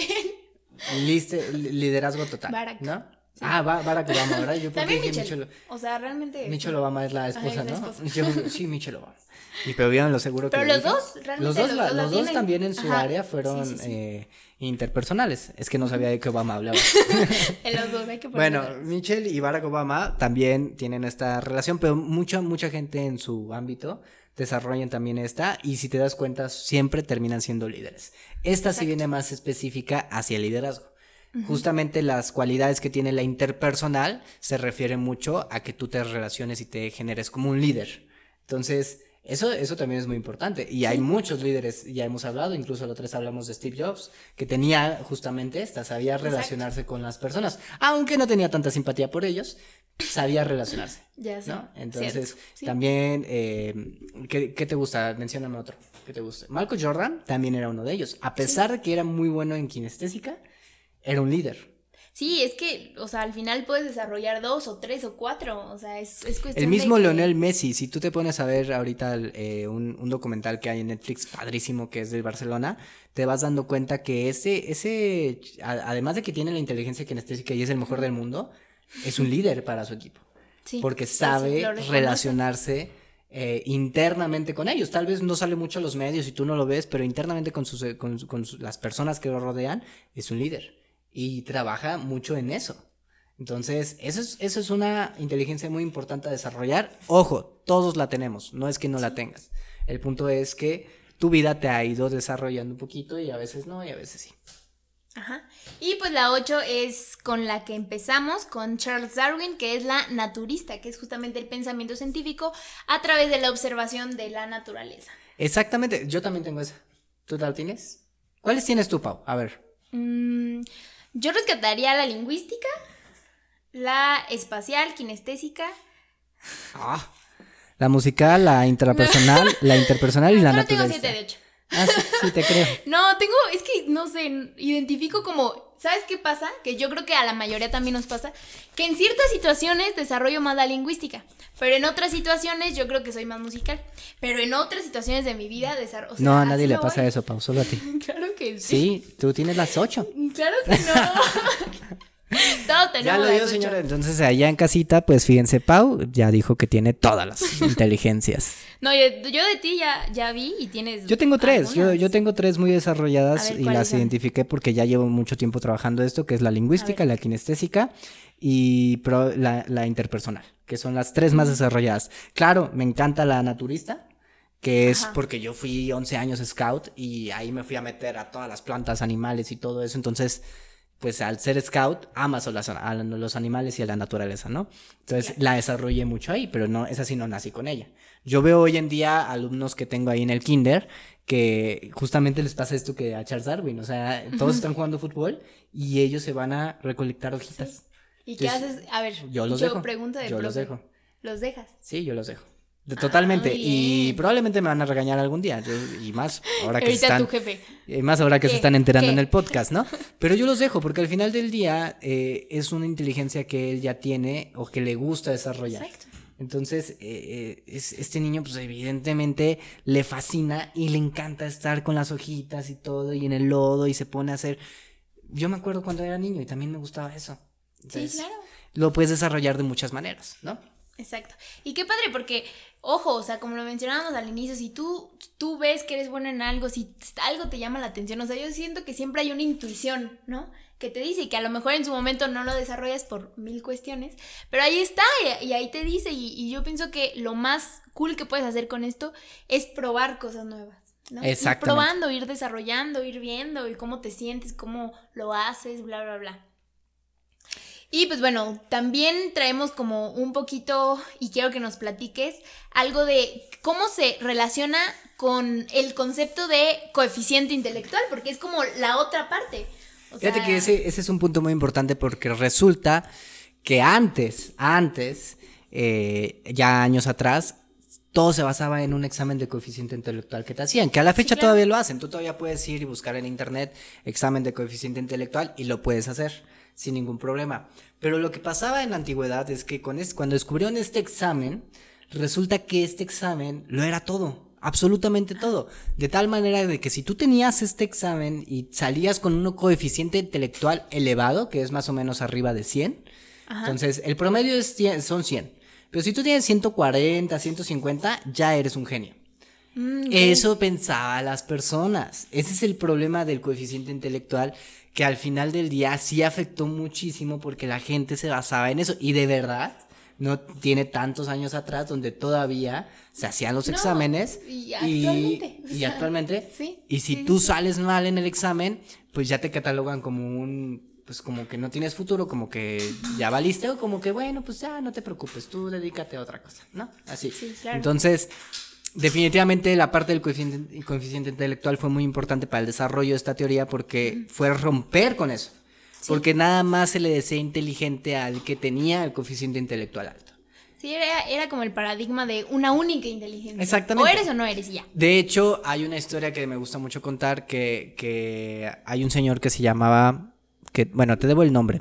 Liderazgo total, Barack. ¿no? Sí. Barack Obama, ¿verdad? Yo también Michelle. O sea, realmente... Michelle Obama es la esposa, ¿no? Sí, Michelle Obama. Pero vieron lo seguro que... Pero los dos, realmente los dos también en su área fueron interpersonales. Es que no sabía de qué Obama hablaba. En los dos hay que poner. Bueno, Michelle y Barack Obama también tienen esta relación, pero mucha gente en su ámbito desarrollan también esta, y si te das cuenta siempre terminan siendo líderes. Esta sí viene más específica hacia el liderazgo. Justamente las cualidades que tiene la interpersonal se refieren mucho a que tú te relaciones y te generes como un líder. Entonces, eso también es muy importante. Y hay muchos líderes, ya hemos hablado, incluso la otra vez hablamos de Steve Jobs, que tenía justamente sabía relacionarse con las personas, aunque no tenía tanta simpatía por ellos, sabía relacionarse. Ya sé, ¿no? Entonces, también, ¿qué te gusta? Mencióname otro. ¿Qué te gusta? Michael Jordan también era uno de ellos. A pesar de que era muy bueno en kinestésica, era un líder. Sí, es que, o sea, al final puedes desarrollar 2 o 3 o 4, o sea, es cuestión el mismo Lionel Messi, si tú te pones a ver ahorita un documental que hay en Netflix padrísimo que es del Barcelona, te vas dando cuenta que además de que tiene la inteligencia kinestésica y es el mejor del mundo, es un líder para su equipo. Sí, porque sabe relacionarse internamente con ellos. Tal vez no sale mucho a los medios y tú no lo ves, pero internamente con las personas que lo rodean, es un líder. Y trabaja mucho en eso. Entonces, eso es una inteligencia muy importante a desarrollar. Ojo, todos la tenemos, no es que no la tengas. El punto es que tu vida te ha ido desarrollando un poquito y a veces no y a veces sí. Ajá. Y pues la 8 es con la que empezamos, con Charles Darwin, que es la naturista, que es justamente el pensamiento científico a través de la observación de la naturaleza. Exactamente, yo también tengo esa. ¿Tú la tienes? ¿Cuáles tienes tú, Pau? A ver. Yo rescataría la lingüística, la espacial, kinestésica. La musical, la interpersonal y la naturaleza. Tengo 7 de 8. Sí, te creo. No, es que, no sé, identifico como, ¿sabes qué pasa? Que yo creo que a la mayoría también nos pasa, que en ciertas situaciones desarrollo más la lingüística, pero en otras situaciones yo creo que soy más musical, pero en otras situaciones de mi vida desarrollo... No, a nadie le pasa eso, Pau, solo a ti. Claro que sí. Sí, tú tienes las 8. Claro que no. Todos tenemos. Ya lo digo, señora. Entonces, allá en casita, pues fíjense, Pau ya dijo que tiene todas las inteligencias. No, yo de ti ya vi y tienes. Yo tengo 3. Yo tengo 3 muy desarrolladas y las identifiqué porque ya llevo mucho tiempo trabajando esto, que es la lingüística, la kinestésica y la interpersonal, que son las 3 más desarrolladas. Claro, me encanta la naturista, que es porque yo fui 11 años scout y ahí me fui a meter a todas las plantas, animales y todo eso. Entonces, pues al ser scout, amas a los animales y a la naturaleza, ¿no? Entonces la desarrollé mucho ahí, pero no, esa sí no nací con ella. Yo veo hoy en día alumnos que tengo ahí en el kinder que justamente les pasa esto que a Charles Darwin, o sea, todos están jugando fútbol y ellos se van a recolectar hojitas. Sí. ¿Y qué haces? A ver, yo los dejo. Pregunta de yo profe. los dejo. ¿Los dejas? Sí, yo los dejo. Totalmente. Muy Y bien. probablemente me van a regañar algún día. Y más ahora que Ahorita están. tu jefe. Más ahora que se ¿Qué? están enterando ¿Qué? en el podcast, ¿no? Pero yo los dejo porque al final del día es una inteligencia que él ya tiene o que le gusta desarrollar. Exacto. Entonces, este niño, pues evidentemente le fascina y le encanta estar con las hojitas y todo y en el lodo y se pone a hacer. Yo me acuerdo cuando era niño y también me gustaba eso. Entonces, Sí, claro. lo puedes desarrollar de muchas maneras, ¿no? Exacto. Y qué padre, porque, ojo, o sea, como lo mencionábamos al inicio, si tú ves que eres bueno en algo, si algo te llama la atención, o sea, yo siento que siempre hay una intuición, ¿no? Que te dice y que a lo mejor en su momento no lo desarrollas por 1000 cuestiones, pero ahí está y ahí te dice y yo pienso que lo más cool que puedes hacer con esto es probar cosas nuevas, ¿no? Exactamente. Ir probando, ir desarrollando, ir viendo y cómo te sientes, cómo lo haces, bla, bla, bla. Y pues bueno, también traemos como un poquito, y quiero que nos platiques, algo de cómo se relaciona con el concepto de coeficiente intelectual, porque es como la otra parte. O Fíjate sea, que ese es un punto muy importante porque resulta que antes, ya años atrás, todo se basaba en un examen de coeficiente intelectual que te hacían, que a la fecha claro. todavía lo hacen. Tú todavía puedes ir y buscar en internet examen de coeficiente intelectual y lo puedes hacer sin ningún problema. Pero lo que pasaba en la antigüedad es que cuando descubrieron este examen, resulta que este examen lo era todo, absolutamente todo. De tal manera de que si tú tenías este examen y salías con un coeficiente intelectual elevado, que es más o menos arriba de 100, entonces el promedio son 100. Pero si tú tienes 140, 150, ya eres un genio. Okay. Eso pensaban las personas. Ese es el problema del coeficiente intelectual, que al final del día sí afectó muchísimo porque la gente se basaba en eso. Y de verdad, no tiene tantos años atrás donde todavía se hacían los exámenes. Y actualmente. Y actualmente. Sí, y si tú sales mal en el examen, pues ya te catalogan como pues como que no tienes futuro, como que ya valiste, o como que bueno, pues ya no te preocupes, tú dedícate a otra cosa, ¿no? Así. Sí, claro. Entonces, definitivamente la parte del coeficiente intelectual fue muy importante para el desarrollo de esta teoría porque fue romper con eso. Sí. Porque nada más se le decía inteligente al que tenía el coeficiente intelectual alto. Sí, era como el paradigma de una única inteligencia. Exactamente. O eres o no eres y ya. De hecho, hay una historia que me gusta mucho contar, que hay un señor que se llamaba, bueno, te debo el nombre,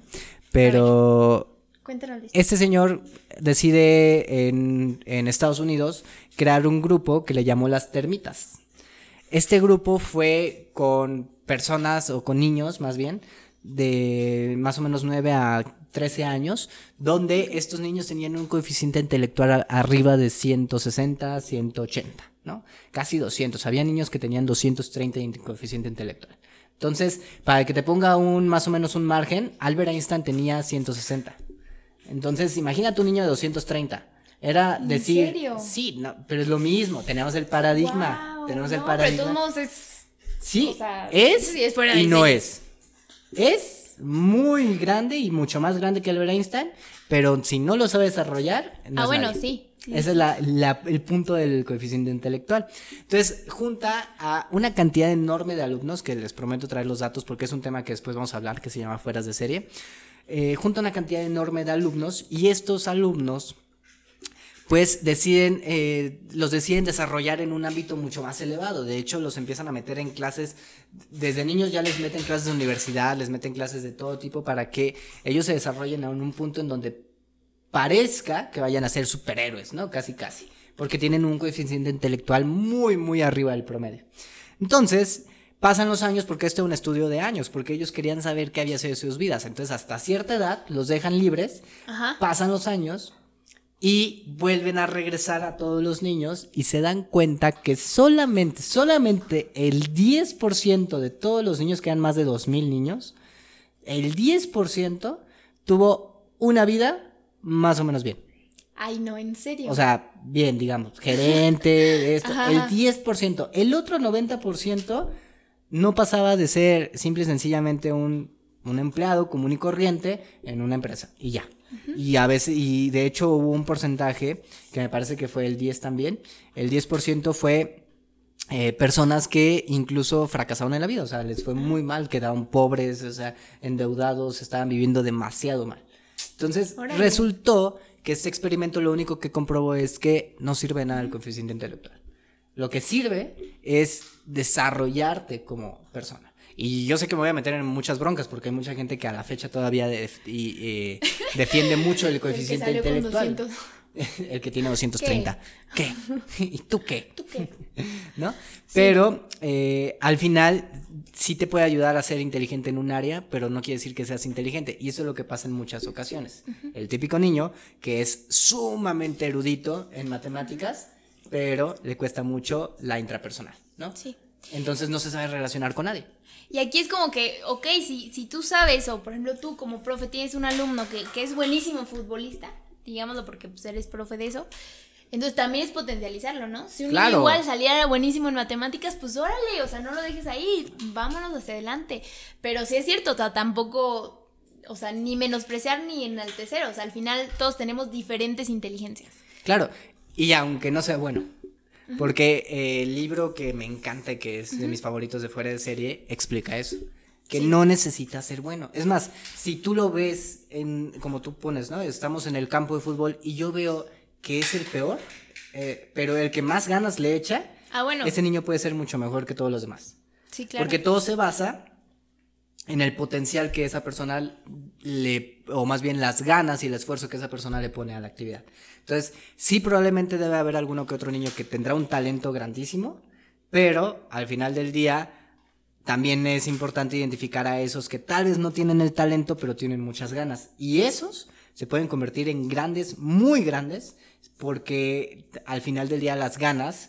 pero cuéntanos. Este señor decide en Estados Unidos crear un grupo que le llamó las termitas. Este grupo fue con personas, o con niños más bien, de más o menos 9 a 13 años, donde estos niños tenían un coeficiente intelectual arriba de 160, 180, ¿no? Casi 200. Había niños que tenían 230 de coeficiente intelectual. Entonces, para que te ponga más o menos un margen, Albert Einstein tenía 160. Entonces, imagínate un niño de 230. Era decir, ¿en serio? Sí, no, pero es lo mismo, tenemos el paradigma. Wow, tenemos el no, paradigma. Pero de todos modos es. Sí, o sea, es fuera de y no serie. es. Es muy grande y mucho más grande que Albert Einstein, pero si no lo sabe desarrollar, no es bueno, nadie. sí. Ese es el punto del coeficiente intelectual. Entonces, junta a una cantidad enorme de alumnos, que les prometo traer los datos porque es un tema que después vamos a hablar, que se llama fueras de serie. Junta una cantidad enorme de alumnos y estos alumnos pues los deciden desarrollar en un ámbito mucho más elevado. De hecho, los empiezan a meter en clases, desde niños ya les meten clases de universidad, les meten clases de todo tipo para que ellos se desarrollen en un punto en donde parezca que vayan a ser superhéroes, ¿no? Casi, porque tienen un coeficiente intelectual muy, muy arriba del promedio. Entonces, pasan los años, porque esto es un estudio de años, porque ellos querían saber qué había sido de sus vidas. Entonces, hasta cierta edad, los dejan libres, pasan los años y vuelven a regresar a todos los niños y se dan cuenta que solamente el 10% de todos los niños, que eran más de 2,000 niños, el 10% tuvo una vida más o menos bien. Ay, no, ¿en serio? O sea, bien, digamos, gerente, esto, Ajá. el 10%. El otro 90% no pasaba de ser simple y sencillamente un un empleado común y corriente en una empresa y ya. Y a veces, y de hecho hubo un porcentaje que me parece que fue el 10 también. El 10% fue personas que incluso fracasaron en la vida, o sea, les fue muy mal, quedaron pobres, o sea, endeudados, estaban viviendo demasiado mal. Entonces, resultó que este experimento lo único que comprobó es que no sirve de nada el coeficiente intelectual. Lo que sirve es desarrollarte como persona. Y yo sé que me voy a meter en muchas broncas porque hay mucha gente que a la fecha todavía defiende mucho el coeficiente el que salió intelectual. con 200. El que tiene 230. ¿Qué? ¿Y tú qué? ¿Tú qué? ¿No? Sí. Pero al final sí te puede ayudar a ser inteligente en un área, pero no quiere decir que seas inteligente. Y eso es lo que pasa en muchas ocasiones. El típico niño que es sumamente erudito en matemáticas, pero le cuesta mucho la intrapersonal, ¿no? Sí. Entonces no se sabe relacionar con nadie. Y aquí es como que, ok, si tú sabes, o por ejemplo tú como profe tienes un alumno que es buenísimo futbolista, digámoslo porque pues eres profe de eso, entonces también es potencializarlo, ¿no? Si un niño igual saliera buenísimo en matemáticas, pues órale, o sea, no lo dejes ahí, vámonos hacia adelante. Pero sí es cierto, o sea, tampoco, o sea, ni menospreciar ni enaltecer, o sea, al final todos tenemos diferentes inteligencias. Claro, y aunque no sea bueno. Porque el libro que me encanta y que es de mis favoritos de Fuera de Serie explica eso, que no necesitas ser bueno. Es más, si tú lo ves como tú pones, ¿no? Estamos en el campo de fútbol y yo veo que es el peor, pero el que más ganas le echa, bueno, ese niño puede ser mucho mejor que todos los demás. Sí, claro. Porque todo se basa en el potencial que esa persona o más bien las ganas y el esfuerzo que esa persona le pone a la actividad. Entonces, sí probablemente debe haber alguno que otro niño que tendrá un talento grandísimo, pero al final del día también es importante identificar a esos que tal vez no tienen el talento, pero tienen muchas ganas. Y esos se pueden convertir en grandes, muy grandes, porque al final del día las ganas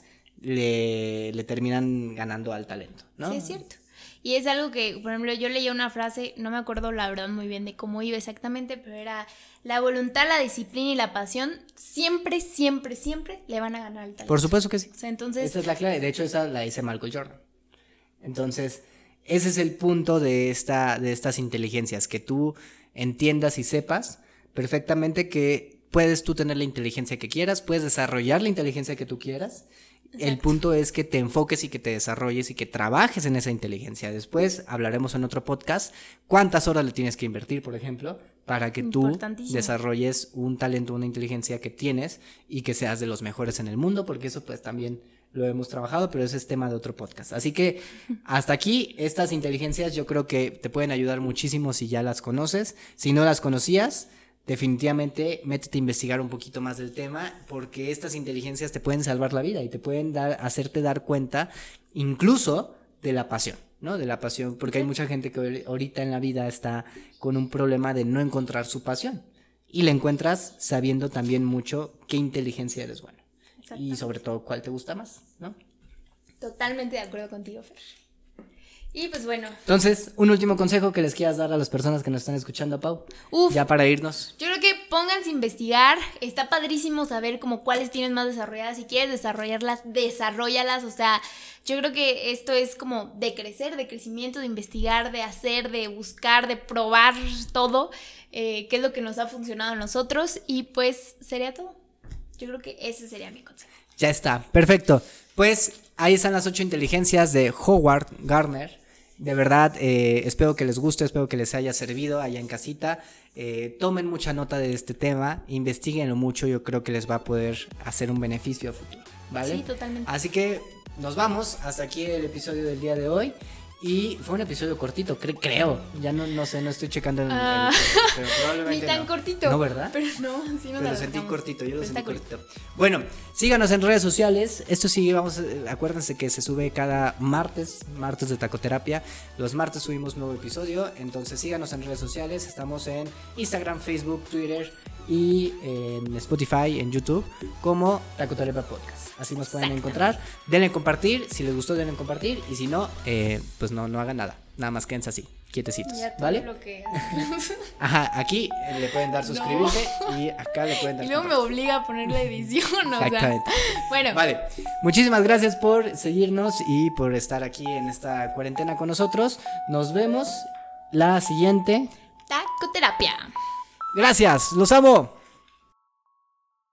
le terminan ganando al talento, ¿no? Sí, es cierto. Y es algo que, por ejemplo, yo leía una frase, no me acuerdo la verdad muy bien de cómo iba exactamente, pero era: la voluntad, la disciplina y la pasión siempre, siempre, siempre le van a ganar al talento. Por supuesto que sí. O sea, entonces... Esa es la clave. De hecho, esa la dice Michael Jordan. Entonces, ese es el punto de estas inteligencias, que tú entiendas y sepas perfectamente que puedes tú tener la inteligencia que quieras, puedes desarrollar la inteligencia que tú quieras. Exacto. El punto es que te enfoques y que te desarrolles y que trabajes en esa inteligencia. Después hablaremos en otro podcast cuántas horas le tienes que invertir, por ejemplo, para que tú desarrolles un talento, una inteligencia que tienes y que seas de los mejores en el mundo, porque eso pues también lo hemos trabajado, pero ese es tema de otro podcast. Así que hasta aquí, estas inteligencias yo creo que te pueden ayudar muchísimo si ya las conoces. Si no las conocías, definitivamente métete a investigar un poquito más del tema, porque estas inteligencias te pueden salvar la vida y te pueden hacerte dar cuenta incluso de la pasión, ¿no? De la pasión, porque hay mucha gente que ahorita en la vida está con un problema de no encontrar su pasión, y la encuentras sabiendo también mucho qué inteligencia eres bueno y sobre todo cuál te gusta más, ¿no? Totalmente de acuerdo contigo, Fer. Y pues bueno. Entonces, un último consejo que les quieras dar a las personas que nos están escuchando, Pau. Ya para irnos. Yo creo que pónganse a investigar. Está padrísimo saber como cuáles tienes más desarrolladas. Si quieres desarrollarlas, desarróllalas. O sea, yo creo que esto es como de crecer, de crecimiento, de investigar, de hacer, de buscar, de probar todo. Qué es lo que nos ha funcionado a nosotros. Y pues sería todo. Yo creo que ese sería mi consejo. Ya está, perfecto. Pues ahí están las 8 inteligencias de Howard Gardner. De verdad, espero que les guste, espero que les haya servido allá en casita. Tomen mucha nota de este tema, investíguenlo mucho, yo creo que les va a poder hacer un beneficio a futuro, ¿vale? Sí, totalmente. Así que nos vamos, hasta aquí el episodio del día de hoy. Y fue un episodio cortito, creo. Ya no sé, no estoy checando pero probablemente ni tan no. cortito. No, ¿verdad? Pero no, sí nos lo sentí cortito, yo lo sentí cortito. Bueno, síganos en redes sociales. Esto sí, acuérdense que se sube cada martes de Tacoterapia. Los martes subimos nuevo episodio. Entonces síganos en redes sociales. Estamos en Instagram, Facebook, Twitter y en Spotify, en YouTube, como Tacoterapia Podcast. Así nos pueden encontrar. Denle compartir, si les gustó denle compartir, y si no, pues no hagan nada más quédense así, quietecitos, ¿vale? Ajá, aquí le pueden dar suscribirse y acá le pueden dar y luego me obliga a poner la edición, o exactamente. sea, bueno. Vale, muchísimas gracias por seguirnos y por estar aquí en esta cuarentena con nosotros. Nos vemos la siguiente. Tacoterapia. Gracias, los amo.